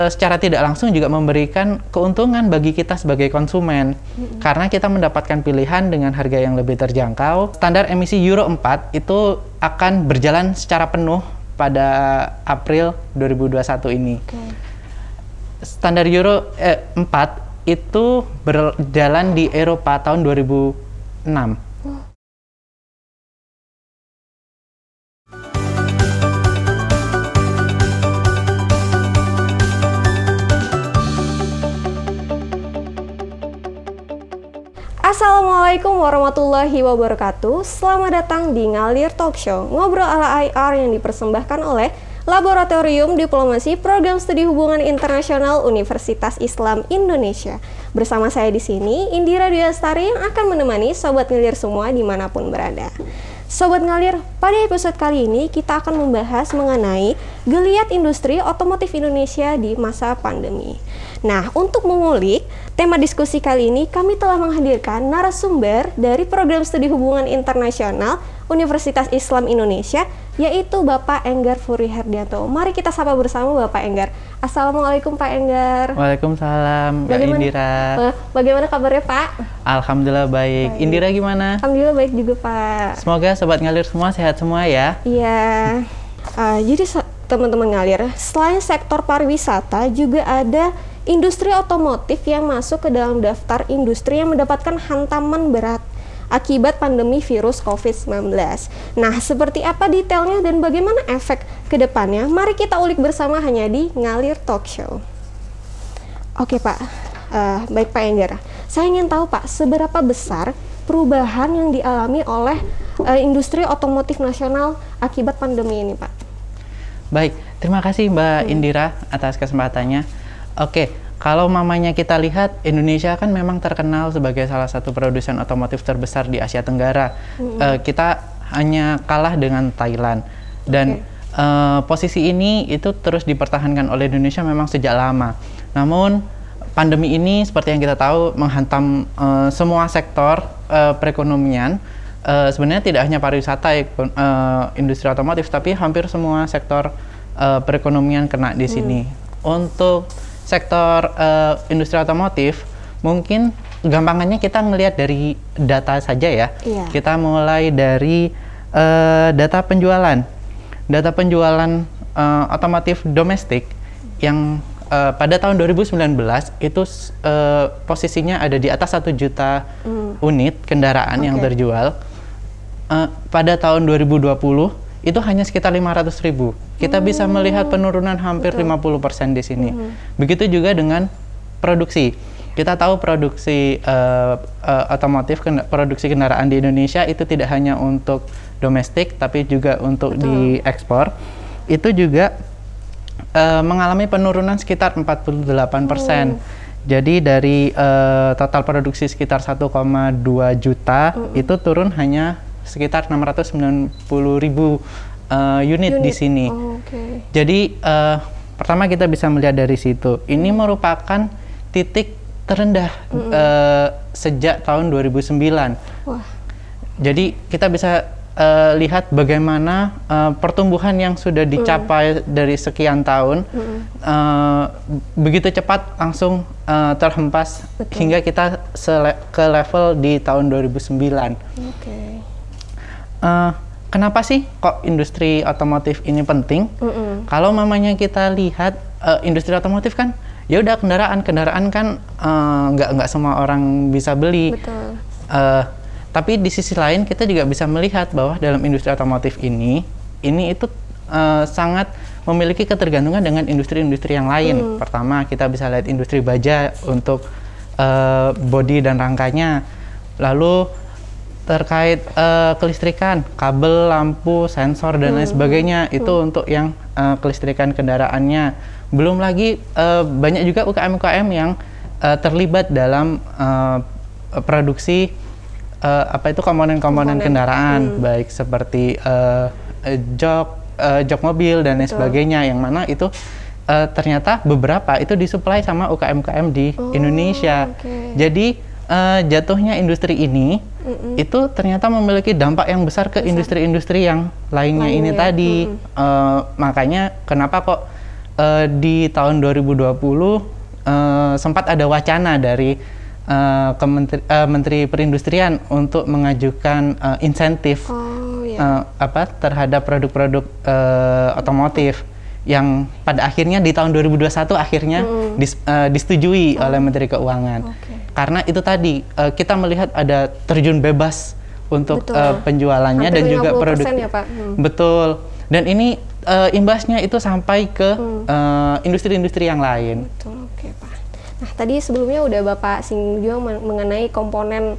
secara tidak langsung juga memberikan keuntungan bagi kita sebagai konsumen. Karena kita mendapatkan pilihan dengan harga yang lebih terjangkau. Standar emisi Euro 4 itu akan berjalan secara penuh pada April 2021 ini. Standar Euro 4 itu berjalan di Eropa tahun 2006. Assalamualaikum warahmatullahi wabarakatuh. Selamat datang di Ngalir Talk Show, ngobrol ala IR yang dipersembahkan oleh Laboratorium Diplomasi Program Studi Hubungan Internasional Universitas Islam Indonesia. Bersama saya di sini, Indira Dwi Lestari yang akan menemani Sobat Ngalir semua dimanapun berada. Sobat Ngalir, pada episode kali ini kita akan membahas mengenai geliat industri otomotif Indonesia di masa pandemi. Nah, untuk mengulik tema diskusi kali ini, kami telah menghadirkan narasumber dari Program Studi Hubungan Internasional Universitas Islam Indonesia, yaitu Bapak Enggar Furi Herdianto. Mari kita sapa bersama Bapak Enggar. Assalamualaikum Pak Enggar. Waalaikumsalam, Mbak Indira. Bagaimana kabarnya Pak? Alhamdulillah baik. Indira gimana? Alhamdulillah baik juga Pak. Semoga Sobat Ngalir semua sehat semua ya. Iya. Jadi teman-teman Ngalir, selain sektor pariwisata juga ada industri otomotif yang masuk ke dalam daftar industri yang mendapatkan hantaman berat akibat pandemi virus COVID-19. Nah, seperti apa detailnya dan bagaimana efek ke depannya? Mari kita ulik bersama hanya di Ngalir Talk Show. Oke Pak, baik Pak Enggar. Saya ingin tahu Pak, seberapa besar perubahan yang dialami oleh industri otomotif nasional akibat pandemi ini Pak? Baik, terima kasih Mbak Indira atas kesempatannya. Oke, kalau mamanya kita lihat, Indonesia kan memang terkenal sebagai salah satu produsen otomotif terbesar di Asia Tenggara. Kita hanya kalah dengan Thailand. Dan posisi ini itu terus dipertahankan oleh Indonesia memang sejak lama. Namun, pandemi ini seperti yang kita tahu menghantam semua sektor perekonomian. Sebenarnya tidak hanya pariwisata, industri otomotif, tapi hampir semua sektor perekonomian kena di sini. Untuk sektor industri otomotif, mungkin gampangannya kita ngelihat dari data saja ya. Kita mulai dari data penjualan. Data penjualan otomotif domestik yang pada tahun 2019 itu posisinya ada di atas 1 juta unit kendaraan yang terjual. Pada tahun 2020 itu hanya sekitar 500.000. Kita bisa melihat penurunan hampir 50% di sini. Begitu juga dengan produksi. Kita tahu produksi otomotif, produksi kendaraan di Indonesia itu tidak hanya untuk domestik, tapi juga untuk diekspor. Itu juga mengalami penurunan sekitar 48%. Jadi dari total produksi sekitar 1,2 juta itu turun hanya sekitar 690.000 unit di sini. Jadi pertama kita bisa melihat dari situ. Ini merupakan titik terendah sejak tahun 2009. Jadi kita bisa lihat bagaimana pertumbuhan yang sudah dicapai dari sekian tahun begitu cepat langsung terhempas hingga kita ke level di tahun 2009. Kenapa sih kok industri otomotif ini penting? Kalau mamanya kita lihat industri otomotif kan, ya udah kendaraan kan nggak semua orang bisa beli. Tapi di sisi lain kita juga bisa melihat bahwa dalam industri otomotif ini itu sangat memiliki ketergantungan dengan industri-industri yang lain. Pertama kita bisa lihat industri baja untuk bodi dan rangkanya, lalu terkait kelistrikan, kabel, lampu, sensor dan lain sebagainya itu untuk yang kelistrikan kendaraannya. Belum lagi banyak juga UKM-UKM yang terlibat dalam produksi komponen-komponen kendaraan, baik seperti jok mobil dan lain sebagainya, yang mana itu ternyata beberapa itu disuplai sama UKM-UKM di Indonesia. Jadi jatuhnya industri ini itu ternyata memiliki dampak yang besar ke industri-industri yang lainnya ini tadi. Makanya kenapa kok di tahun 2020 sempat ada wacana dari Menteri Perindustrian untuk mengajukan insentif terhadap produk-produk otomotif yang pada akhirnya di tahun 2021 akhirnya disetujui oleh Menteri Keuangan. Karena itu tadi kita melihat ada terjun bebas untuk penjualannya dan juga produk. Ya, Pak? Betul. Dan ini imbasnya itu sampai ke industri-industri yang lain. Betul, oke Pak. Nah tadi sebelumnya udah Bapak singgung juga mengenai komponen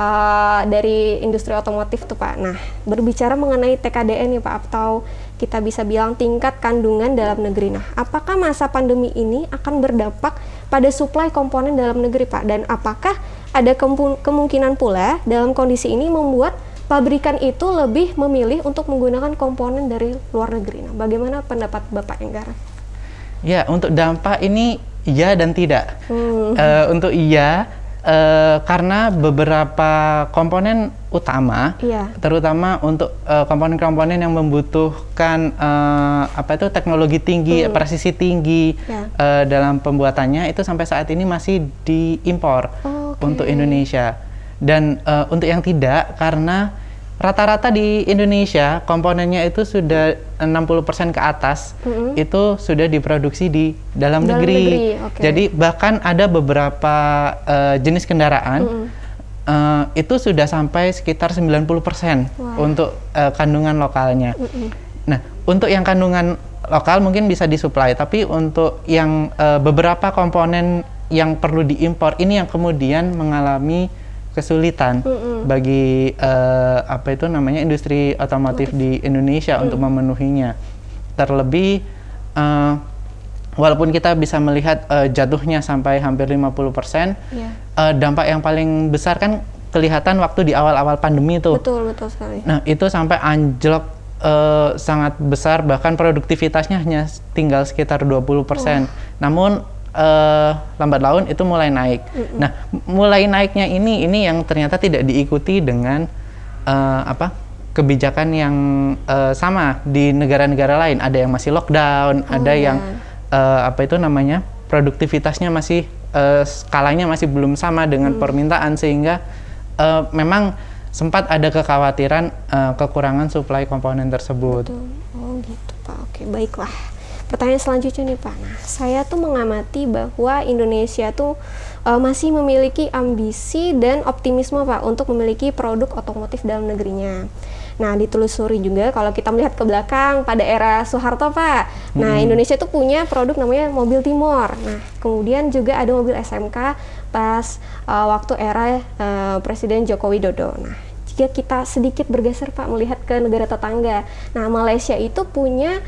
dari industri otomotif tuh Pak. Nah berbicara mengenai TKDN nih Pak, atau kita bisa bilang tingkat kandungan dalam negeri. Nah apakah masa pandemi ini akan berdampak pada suplai komponen dalam negeri Pak? Dan apakah ada kemungkinan pula dalam kondisi ini membuat pabrikan itu lebih memilih untuk menggunakan komponen dari luar negeri? Nah bagaimana pendapat Bapak Enggara? Ya, untuk dampak ini iya dan tidak. Untuk iya, karena beberapa komponen utama, terutama untuk komponen-komponen yang membutuhkan teknologi tinggi, presisi tinggi dalam pembuatannya, itu sampai saat ini masih diimpor untuk Indonesia. Dan untuk yang tidak, karena rata-rata di Indonesia komponennya itu sudah 60% ke atas itu sudah diproduksi di dalam negeri. Jadi bahkan ada beberapa jenis kendaraan itu sudah sampai sekitar 90% untuk kandungan lokalnya. Nah, untuk yang kandungan lokal mungkin bisa disuplai, tapi untuk yang beberapa komponen yang perlu diimpor ini yang kemudian mengalami kesulitan bagi industri otomotif di Indonesia untuk memenuhinya. Terlebih walaupun kita bisa melihat jatuhnya sampai hampir 50%, dampak yang paling besar kan kelihatan waktu di awal-awal pandemi itu. Betul sekali. Nah, itu sampai anjlok sangat besar, bahkan produktivitasnya hanya tinggal sekitar 20%. Namun lambat laun itu mulai naik. Nah, mulai naiknya ini yang ternyata tidak diikuti dengan kebijakan yang sama di negara-negara lain. Ada yang masih lockdown, ada yang produktivitasnya masih skalanya masih belum sama dengan permintaan, sehingga memang sempat ada kekhawatiran kekurangan suplai komponen tersebut. Betul. Oh gitu Pak. Oke, baiklah. Pertanyaan selanjutnya nih Pak, nah saya tuh mengamati bahwa Indonesia tuh masih memiliki ambisi dan optimisme Pak untuk memiliki produk otomotif dalam negerinya. Nah ditelusuri juga kalau kita melihat ke belakang pada era Soeharto Pak, nah Indonesia tuh punya produk namanya mobil Timor. Nah kemudian juga ada mobil SMK pas waktu era Presiden Joko Widodo. Nah jika kita sedikit bergeser Pak melihat ke negara tetangga, nah Malaysia itu punya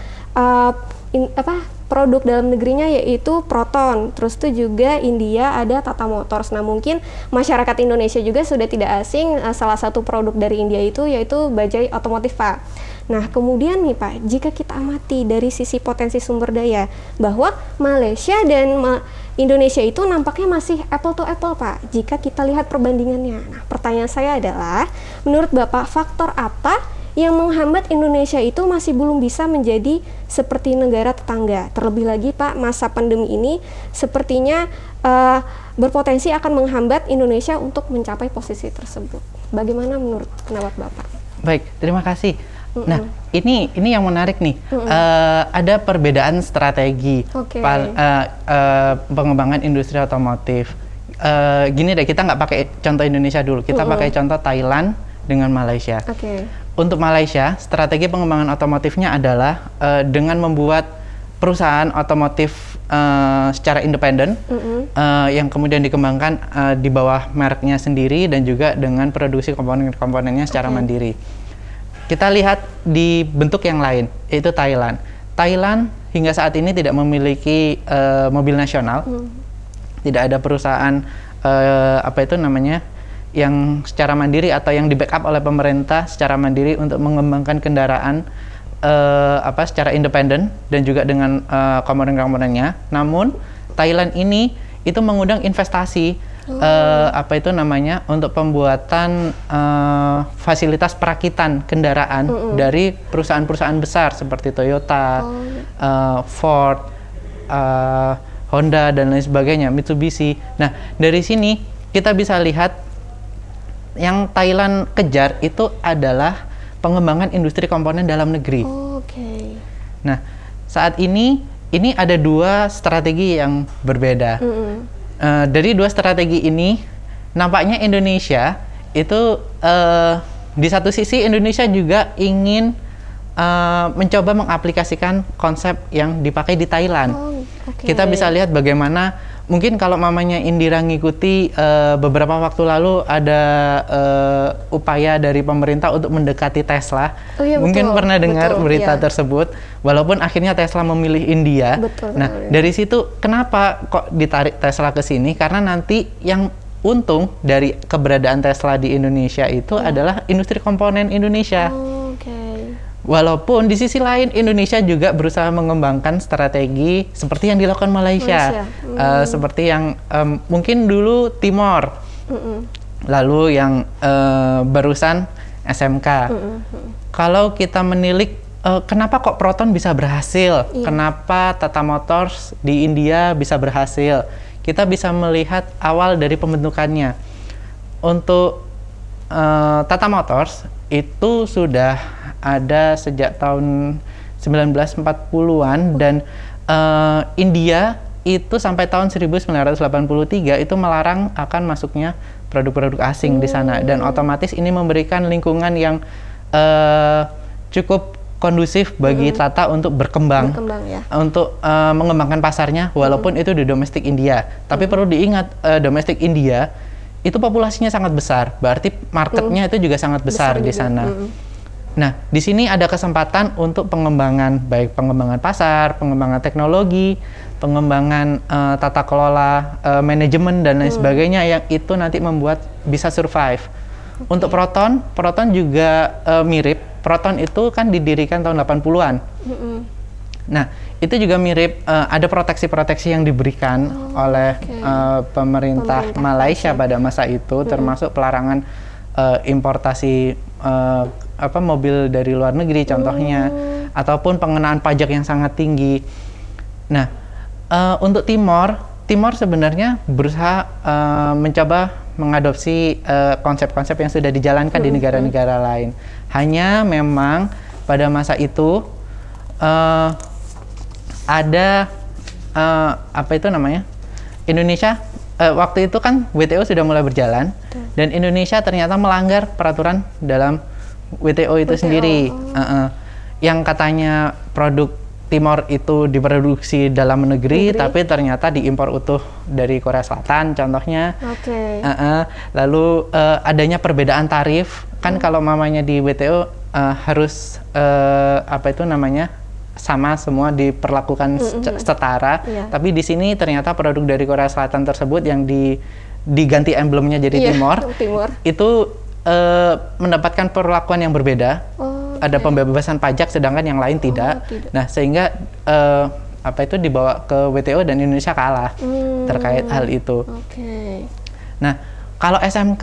produk dalam negerinya yaitu Proton. Terus itu juga India ada Tata Motors. Nah mungkin masyarakat Indonesia juga sudah tidak asing salah satu produk dari India itu yaitu bajai otomotif Pak. Nah kemudian nih Pak, jika kita amati dari sisi potensi sumber daya, bahwa Malaysia dan Indonesia itu nampaknya masih apple to apple Pak jika kita lihat perbandingannya. Nah pertanyaan saya adalah, menurut Bapak faktor apa yang menghambat Indonesia itu masih belum bisa menjadi seperti negara tetangga? Terlebih lagi Pak, masa pandemi ini sepertinya berpotensi akan menghambat Indonesia untuk mencapai posisi tersebut. Bagaimana menurut pendapat Bapak? Baik, terima kasih. Nah, ini yang menarik nih. Ada perbedaan strategi pengembangan industri otomotif. Gini deh, kita nggak pakai contoh Indonesia dulu, kita pakai contoh Thailand dengan Malaysia. Untuk Malaysia, strategi pengembangan otomotifnya adalah dengan membuat perusahaan otomotif secara independen yang kemudian dikembangkan di bawah mereknya sendiri dan juga dengan produksi komponen-komponennya secara mandiri. Kita lihat di bentuk yang lain, yaitu Thailand. Thailand hingga saat ini tidak memiliki mobil nasional, tidak ada perusahaan yang secara mandiri atau yang di backup oleh pemerintah secara mandiri untuk mengembangkan kendaraan secara independen dan juga dengan komponen-komponennya. Namun Thailand ini itu mengundang investasi untuk pembuatan fasilitas perakitan kendaraan dari perusahaan-perusahaan besar seperti Toyota, Ford, Honda dan lain sebagainya, Mitsubishi. Nah, dari sini kita bisa lihat yang Thailand kejar itu adalah pengembangan industri komponen dalam negeri. Oke. Nah, saat ini ada dua strategi yang berbeda. Dari dua strategi ini, nampaknya Indonesia itu di satu sisi Indonesia juga ingin mencoba mengaplikasikan konsep yang dipakai di Thailand. Kita bisa lihat bagaimana mungkin kalau mamanya Indira ngikuti beberapa waktu lalu ada upaya dari pemerintah untuk mendekati Tesla. Mungkin pernah dengar berita tersebut, walaupun akhirnya Tesla memilih India. Nah, dari situ kenapa kok ditarik Tesla ke sini? Karena nanti yang untung dari keberadaan Tesla di Indonesia itu adalah industri komponen Indonesia. Walaupun di sisi lain Indonesia juga berusaha mengembangkan strategi seperti yang dilakukan Malaysia. Seperti yang mungkin dulu Timor, lalu yang barusan SMK. Kalau kita menilik kenapa kok Proton bisa berhasil, kenapa Tata Motors di India bisa berhasil, kita bisa melihat awal dari pembentukannya. Untuk Tata Motors itu sudah ada sejak tahun 1940-an dan India itu sampai tahun 1983 itu melarang akan masuknya produk-produk asing di sana, dan otomatis ini memberikan lingkungan yang cukup kondusif bagi Tata untuk berkembang untuk mengembangkan pasarnya, walaupun itu di domestik India. Tapi perlu diingat, domestik India itu populasinya sangat besar, berarti marketnya itu juga sangat besar di sana. Nah, di sini ada kesempatan untuk pengembangan, baik pengembangan pasar, pengembangan teknologi, pengembangan tata kelola, manajemen dan lain sebagainya, yang itu nanti membuat bisa survive. Untuk Proton juga mirip. Proton itu kan didirikan tahun 80-an. Nah, itu juga mirip, ada proteksi-proteksi yang diberikan oleh pemerintah Malaysia pada masa itu, termasuk pelarangan importasi mobil dari luar negeri contohnya, ataupun pengenaan pajak yang sangat tinggi. Nah, untuk Timor sebenarnya berusaha mencoba mengadopsi konsep-konsep yang sudah dijalankan di negara-negara lain. Hanya memang pada masa itu ada Indonesia waktu itu kan WTO sudah mulai berjalan, dan Indonesia ternyata melanggar peraturan dalam WTO itu sendiri. Yang katanya produk Timor itu diproduksi dalam negeri, tapi ternyata diimpor utuh dari Korea Selatan contohnya. Lalu adanya perbedaan tarif, kan kalau mamanya di WTO harus sama semua diperlakukan setara, tapi di sini ternyata produk dari Korea Selatan tersebut yang diganti emblemnya jadi Timor. Itu mendapatkan perlakuan yang berbeda. Ada pembebasan pajak sedangkan yang lain tidak. Nah, sehingga dibawa ke WTO dan Indonesia kalah terkait hal itu. Nah, kalau SMK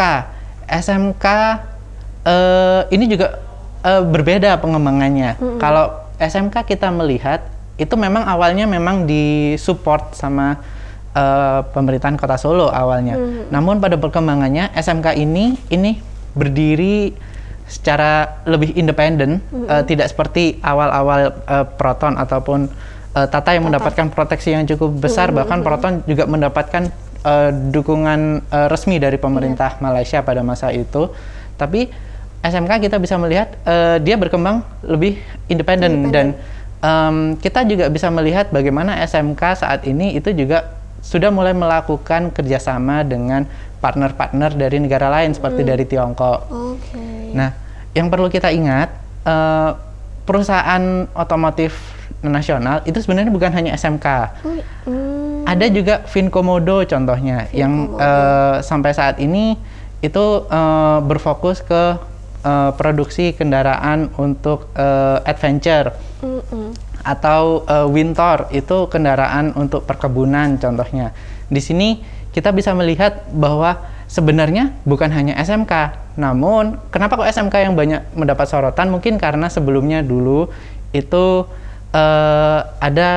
ini juga berbeda pengembangannya. Kalau SMK kita melihat itu memang awalnya memang disupport sama pemerintahan Kota Solo awalnya. Namun pada perkembangannya SMK ini berdiri secara lebih independen, tidak seperti awal-awal Proton ataupun Tata yang mendapatkan proteksi yang cukup besar, bahkan Proton juga mendapatkan dukungan resmi dari pemerintah Malaysia pada masa itu. Tapi SMK kita bisa melihat dia berkembang lebih independen, dan kita juga bisa melihat bagaimana SMK saat ini itu juga sudah mulai melakukan kerjasama dengan partner-partner dari negara lain seperti dari Tiongkok. Nah, yang perlu kita ingat, perusahaan otomotif nasional itu sebenarnya bukan hanya SMK. Ada juga Vinkomodo contohnya, yang sampai saat ini itu berfokus ke produksi kendaraan untuk adventure, atau Wintor itu kendaraan untuk perkebunan contohnya. Di sini kita bisa melihat bahwa sebenarnya bukan hanya SMK, namun kenapa kok SMK yang banyak mendapat sorotan? Mungkin karena sebelumnya dulu itu ada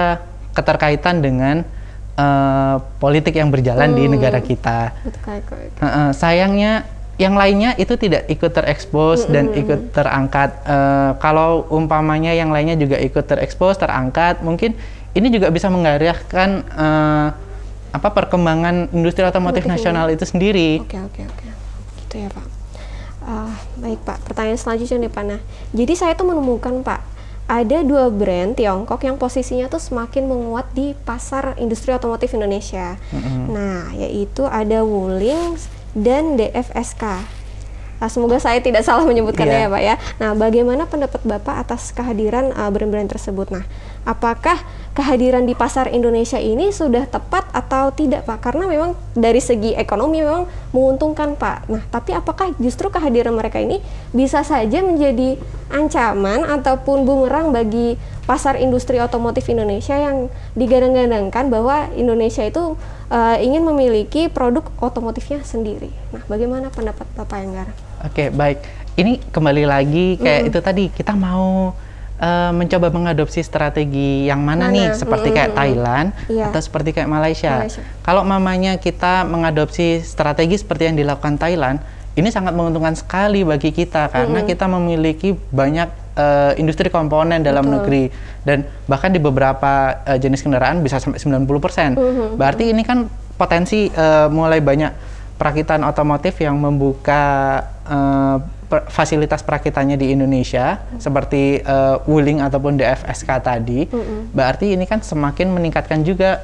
keterkaitan dengan politik yang berjalan di negara kita. Sayangnya yang lainnya itu tidak ikut terekspos dan ikut terangkat. Kalau umpamanya yang lainnya juga ikut terekspos, terangkat, mungkin ini juga bisa menggairahkan perkembangan industri otomotif nasional itu sendiri. Oke. Gitu ya Pak. Baik Pak, pertanyaan selanjutnya nih Pak. Nah, jadi saya tuh menemukan Pak, ada 2 brand Tiongkok yang posisinya tuh semakin menguat di pasar industri otomotif Indonesia. Nah, yaitu ada Wuling dan DFSK. Semoga saya tidak salah menyebutkannya ya Pak ya. Nah, bagaimana pendapat Bapak atas kehadiran brand-brand tersebut? Nah, apakah kehadiran di pasar Indonesia ini sudah tepat atau tidak Pak? Karena memang dari segi ekonomi memang menguntungkan Pak. Nah, tapi apakah justru kehadiran mereka ini bisa saja menjadi ancaman ataupun bumerang bagi pasar industri otomotif Indonesia yang digadang-gadangkan bahwa Indonesia itu ingin memiliki produk otomotifnya sendiri. Nah, bagaimana pendapat Bapak Enggar? Oke, baik. Ini kembali lagi kayak itu tadi, kita mau mencoba mengadopsi strategi yang mana nih, seperti kayak Thailand atau seperti kayak Malaysia. Kalau mamanya kita mengadopsi strategi seperti yang dilakukan Thailand, ini sangat menguntungkan sekali bagi kita karena kita memiliki banyak industri komponen dalam negeri dan bahkan di beberapa jenis kendaraan bisa sampai 90%. Berarti ini kan potensi mulai banyak perakitan otomotif yang membuka fasilitas perakitannya di Indonesia seperti Wuling ataupun DFSK tadi. Berarti ini kan semakin meningkatkan juga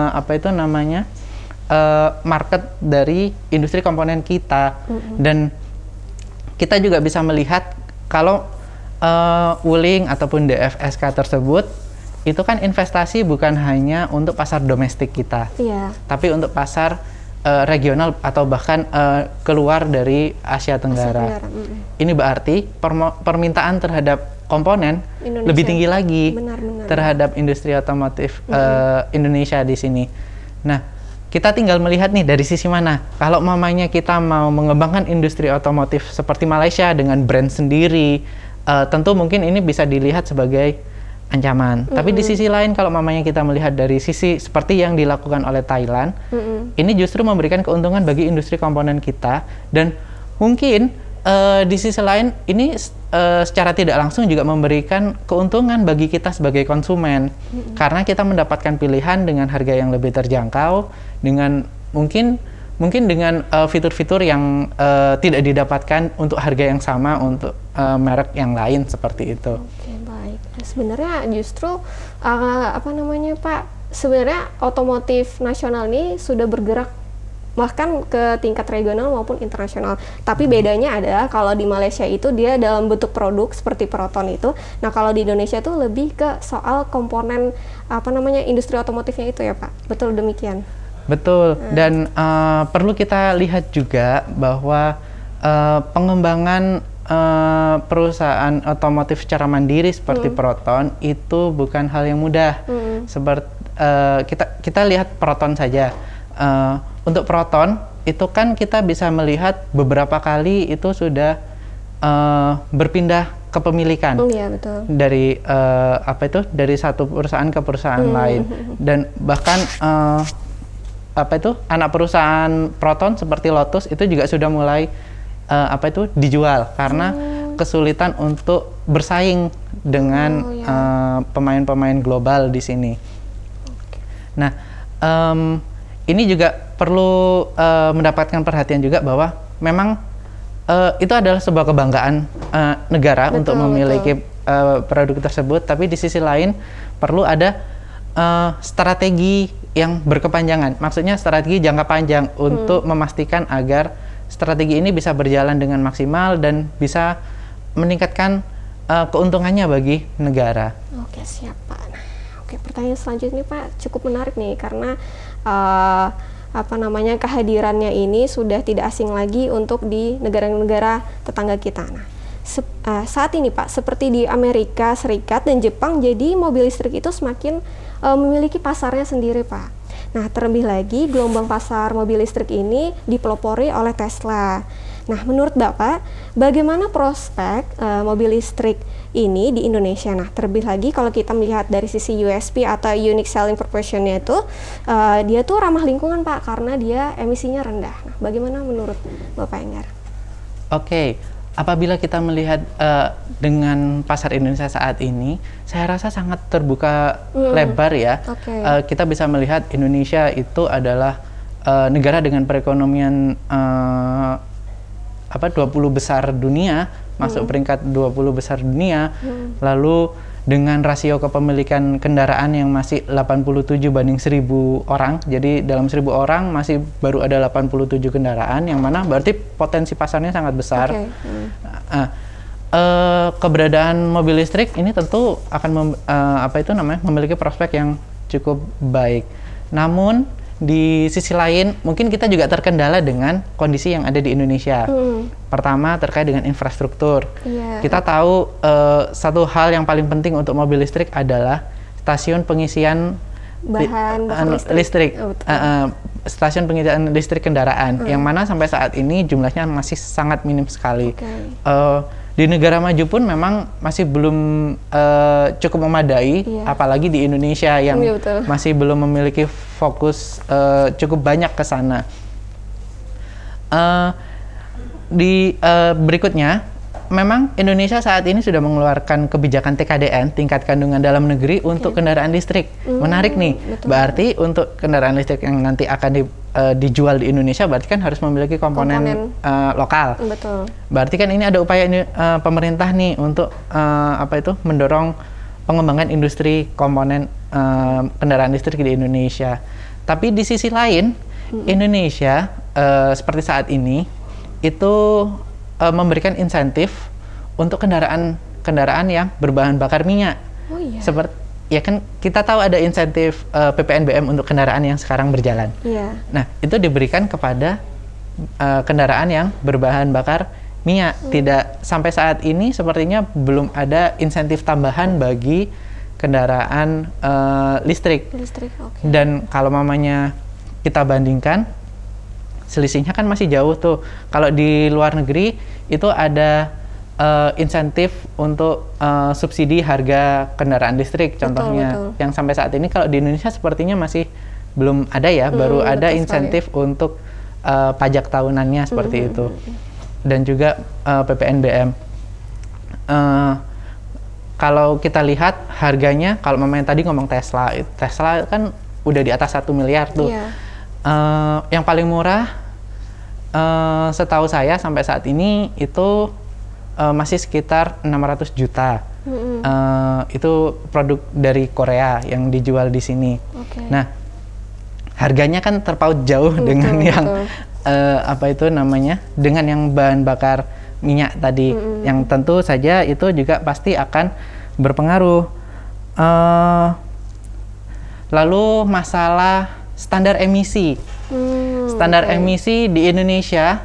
market dari industri komponen kita. Dan kita juga bisa melihat kalau Wuling ataupun DFSK tersebut itu kan investasi bukan hanya untuk pasar domestik kita, tapi untuk pasar regional atau bahkan keluar dari Asia Tenggara. Ini berarti permintaan terhadap komponen Indonesia lebih tinggi lagi terhadap industri otomotif Indonesia di sini. Nah, kita tinggal melihat nih dari sisi mana. Kalau mamanya kita mau mengembangkan industri otomotif seperti Malaysia dengan brand sendiri, tentu mungkin ini bisa dilihat sebagai ancaman. Tapi di sisi lain kalau mamanya kita melihat dari sisi seperti yang dilakukan oleh Thailand, ini justru memberikan keuntungan bagi industri komponen kita dan mungkin di sisi lain ini secara tidak langsung juga memberikan keuntungan bagi kita sebagai konsumen karena kita mendapatkan pilihan dengan harga yang lebih terjangkau dengan mungkin dengan fitur-fitur yang tidak didapatkan untuk harga yang sama untuk merek yang lain seperti itu. Sebenarnya justru Pak, sebenarnya otomotif nasional ini sudah bergerak bahkan ke tingkat regional maupun internasional. Tapi bedanya adalah kalau di Malaysia itu dia dalam bentuk produk seperti Proton itu. Nah, kalau di Indonesia itu lebih ke soal komponen industri otomotifnya itu ya, Pak. Betul demikian. Betul. Dan perlu kita lihat juga bahwa pengembangan perusahaan otomotif secara mandiri seperti Proton itu bukan hal yang mudah. Seperti kita lihat Proton saja. Untuk Proton itu kan kita bisa melihat beberapa kali itu sudah berpindah kepemilikan. Iya, betul. Dari dari satu perusahaan ke perusahaan lain dan bahkan anak perusahaan Proton seperti Lotus itu juga sudah mulai dijual karena kesulitan untuk bersaing dengan pemain-pemain global di sini. Nah, ini juga perlu mendapatkan perhatian juga bahwa memang itu adalah sebuah kebanggaan negara untuk memiliki produk tersebut, tapi di sisi lain perlu ada strategi yang berkepanjangan. Maksudnya strategi jangka panjang untuk memastikan agar strategi ini bisa berjalan dengan maksimal dan bisa meningkatkan keuntungannya bagi negara. Oke, siap Pak. Nah, oke, pertanyaan selanjutnya Pak cukup menarik nih karena kehadirannya ini sudah tidak asing lagi untuk di negara-negara tetangga kita. Nah, saat ini Pak, seperti di Amerika Serikat dan Jepang, jadi mobil listrik itu semakin memiliki pasarnya sendiri Pak. Nah, terlebih lagi gelombang pasar mobil listrik ini dipelopori oleh Tesla. Nah, menurut Bapak, bagaimana prospek mobil listrik ini di Indonesia? Nah, terlebih lagi kalau kita melihat dari sisi USP atau Unique Selling Proposition-nya itu, dia tuh ramah lingkungan, Pak, karena dia emisinya rendah. Nah, bagaimana menurut Bapak Enggar? Oke, apabila kita melihat dengan pasar Indonesia saat ini, saya rasa sangat terbuka lebar ya. Kita bisa melihat Indonesia itu adalah negara dengan perekonomian 20 besar dunia, masuk peringkat 20 besar dunia, lalu dengan rasio kepemilikan kendaraan yang masih 87 banding 1000 orang, jadi dalam 1000 orang masih baru ada 87 kendaraan, yang mana berarti potensi pasarnya sangat besar. Keberadaan mobil listrik ini tentu akan memiliki prospek yang cukup baik. Namun di sisi lain, mungkin kita juga terkendala dengan kondisi yang ada di Indonesia. Pertama, terkait dengan infrastruktur. Kita tahu satu hal yang paling penting untuk mobil listrik adalah stasiun pengisian bahan listrik. Stasiun pengisian listrik kendaraan, yang mana sampai saat ini jumlahnya masih sangat minim sekali. Di negara maju pun memang masih belum cukup memadai, apalagi di Indonesia yang masih belum memiliki fokus cukup banyak ke sana. Berikutnya, memang Indonesia saat ini sudah mengeluarkan kebijakan TKDN, tingkat kandungan dalam negeri, untuk kendaraan listrik. Menarik nih, berarti untuk kendaraan listrik yang nanti akan dijual di Indonesia, berarti kan harus memiliki komponen lokal. Berarti kan ini ada upaya pemerintah nih untuk mendorong pengembangan industri komponen kendaraan listrik di Indonesia. Tapi di sisi lain, Indonesia seperti saat ini itu memberikan insentif untuk kendaraan yang berbahan bakar minyak. Seperti ya kan kita tahu ada insentif PPNBM untuk kendaraan yang sekarang berjalan. Nah, itu diberikan kepada kendaraan yang berbahan bakar minyak. Tidak sampai saat ini sepertinya belum ada insentif tambahan bagi kendaraan listrik. Dan kalau mamanya kita bandingkan, selisihnya kan masih jauh tuh. Kalau di luar negeri itu ada insentif untuk subsidi harga kendaraan listrik contohnya, yang sampai saat ini kalau di Indonesia sepertinya masih belum ada ya, baru ada insentif untuk pajak tahunannya seperti itu, dan juga PPNBM. Kalau kita lihat harganya, kalau mamanya tadi ngomong Tesla kan udah di atas 1 miliar tuh. Yang paling murah setahu saya sampai saat ini itu masih sekitar 600 juta. Itu produk dari Korea yang dijual di sini. Nah, harganya kan terpaut jauh dengan yang dengan yang bahan bakar minyak tadi, yang tentu saja itu juga pasti akan berpengaruh. Lalu masalah standar emisi. Standar emisi di Indonesia,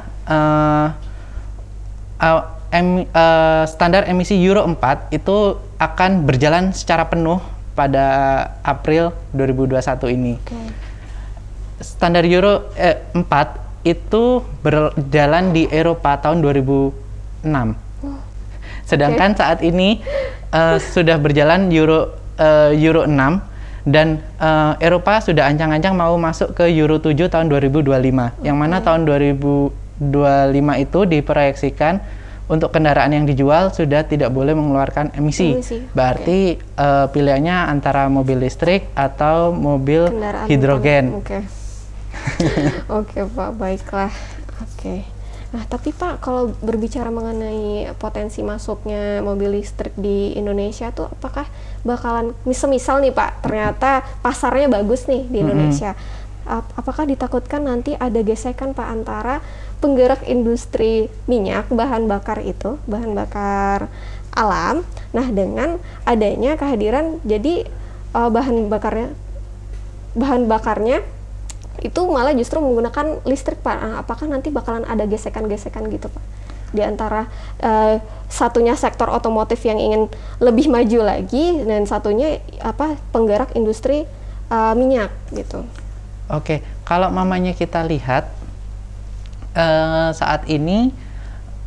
standar emisi Euro 4 itu akan berjalan secara penuh pada April 2021 ini. Standar Euro 4 itu berjalan di Eropa tahun 2006. Sedangkan saat ini sudah berjalan Euro 6, dan Eropa sudah ancang-ancang mau masuk ke Euro 7 tahun 2025. Yang mana tahun 2025 itu diproyeksikan untuk kendaraan yang dijual sudah tidak boleh mengeluarkan emisi. Berarti pilihannya antara mobil listrik atau mobil kendaraan hidrogen. Oke Pak, baiklah. Nah, tapi Pak, kalau berbicara mengenai potensi masuknya mobil listrik di Indonesia tuh, apakah bakalan, misal nih Pak, ternyata pasarnya bagus nih di Indonesia, apakah ditakutkan nanti ada gesekan Pak antara penggerak industri minyak, bahan bakar alam, nah dengan adanya kehadiran, jadi bahan bakarnya itu malah justru menggunakan listrik Pak. Apakah nanti bakalan ada gesekan-gesekan gitu Pak di antara satunya sektor otomotif yang ingin lebih maju lagi, dan satunya penggerak industri minyak gitu. Kalau mamanya kita lihat saat ini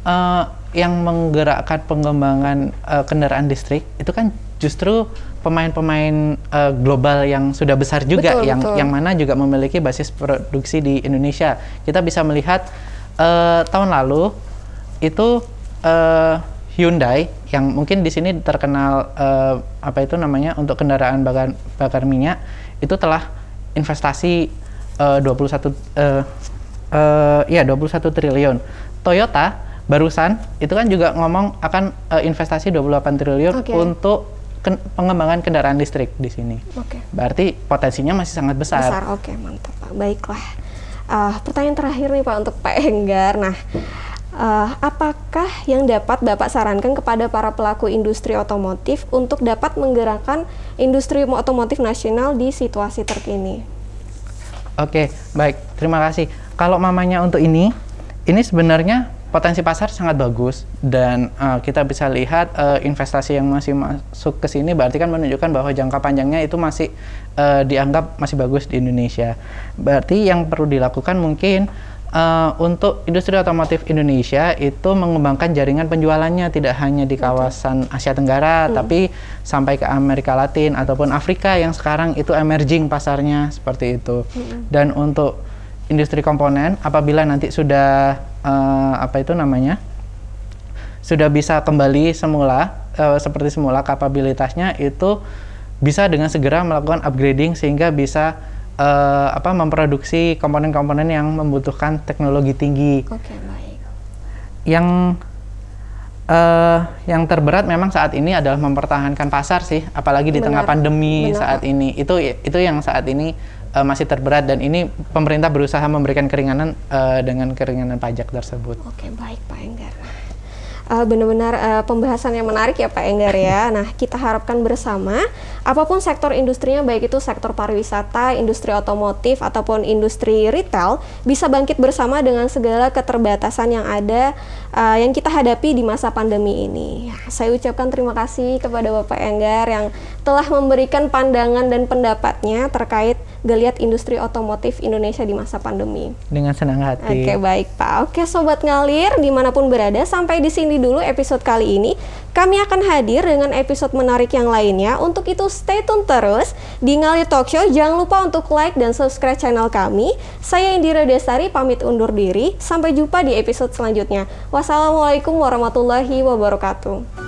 yang menggerakkan pengembangan kendaraan listrik itu kan justru pemain-pemain global yang sudah besar juga, betul. yang mana juga memiliki basis produksi di Indonesia. Kita bisa melihat tahun lalu itu Hyundai yang mungkin di sini terkenal untuk kendaraan bakar minyak itu telah investasi 21 triliun. Toyota barusan itu kan juga ngomong akan investasi 28 triliun untuk pengembangan kendaraan listrik di sini. Berarti potensinya masih sangat besar. Oke, mantap Pak. Baiklah. Pertanyaan terakhir nih Pak untuk Pak Enggar. Nah, apakah yang dapat Bapak sarankan kepada para pelaku industri otomotif untuk dapat menggerakkan industri otomotif nasional di situasi terkini? Oke, baik. Terima kasih. Kalau mamanya untuk ini sebenarnya potensi pasar sangat bagus dan kita bisa lihat investasi yang masih masuk ke sini berarti kan menunjukkan bahwa jangka panjangnya itu masih dianggap masih bagus di Indonesia. Berarti yang perlu dilakukan mungkin untuk industri otomotif Indonesia itu mengembangkan jaringan penjualannya tidak hanya di kawasan Asia Tenggara tapi sampai ke Amerika Latin ataupun Afrika yang sekarang itu emerging pasarnya seperti itu. Dan untuk industri komponen apabila nanti sudah sudah bisa kembali semula seperti semula kapabilitasnya itu bisa dengan segera melakukan upgrading sehingga bisa memproduksi komponen-komponen yang membutuhkan teknologi tinggi. Oke, baik. Yang terberat memang saat ini adalah mempertahankan pasar sih, apalagi di tengah pandemi saat ini. Itu yang saat ini masih terberat dan ini pemerintah berusaha memberikan keringanan dengan keringanan pajak tersebut. Oke, baik Pak Enggar. Benar-benar pembahasan yang menarik ya Pak Enggar ya. Nah, kita harapkan bersama apapun sektor industrinya, baik itu sektor pariwisata, industri otomotif ataupun industri retail, bisa bangkit bersama dengan segala keterbatasan yang ada yang kita hadapi di masa pandemi ini. Saya ucapkan terima kasih kepada Bapak Enggar yang telah memberikan pandangan dan pendapatnya terkait geliat industri otomotif Indonesia di masa pandemi. Dengan senang hati. Oke, baik Pak. Oke, Sobat Ngalir, dimanapun berada, sampai di sini dulu episode kali ini. Kami akan hadir dengan episode menarik yang lainnya. Untuk itu, stay tune terus di Ngalir Talk Show. Jangan lupa untuk like dan subscribe channel kami. Saya Indira Destari, pamit undur diri. Sampai jumpa di episode selanjutnya. Wassalamualaikum warahmatullahi wabarakatuh.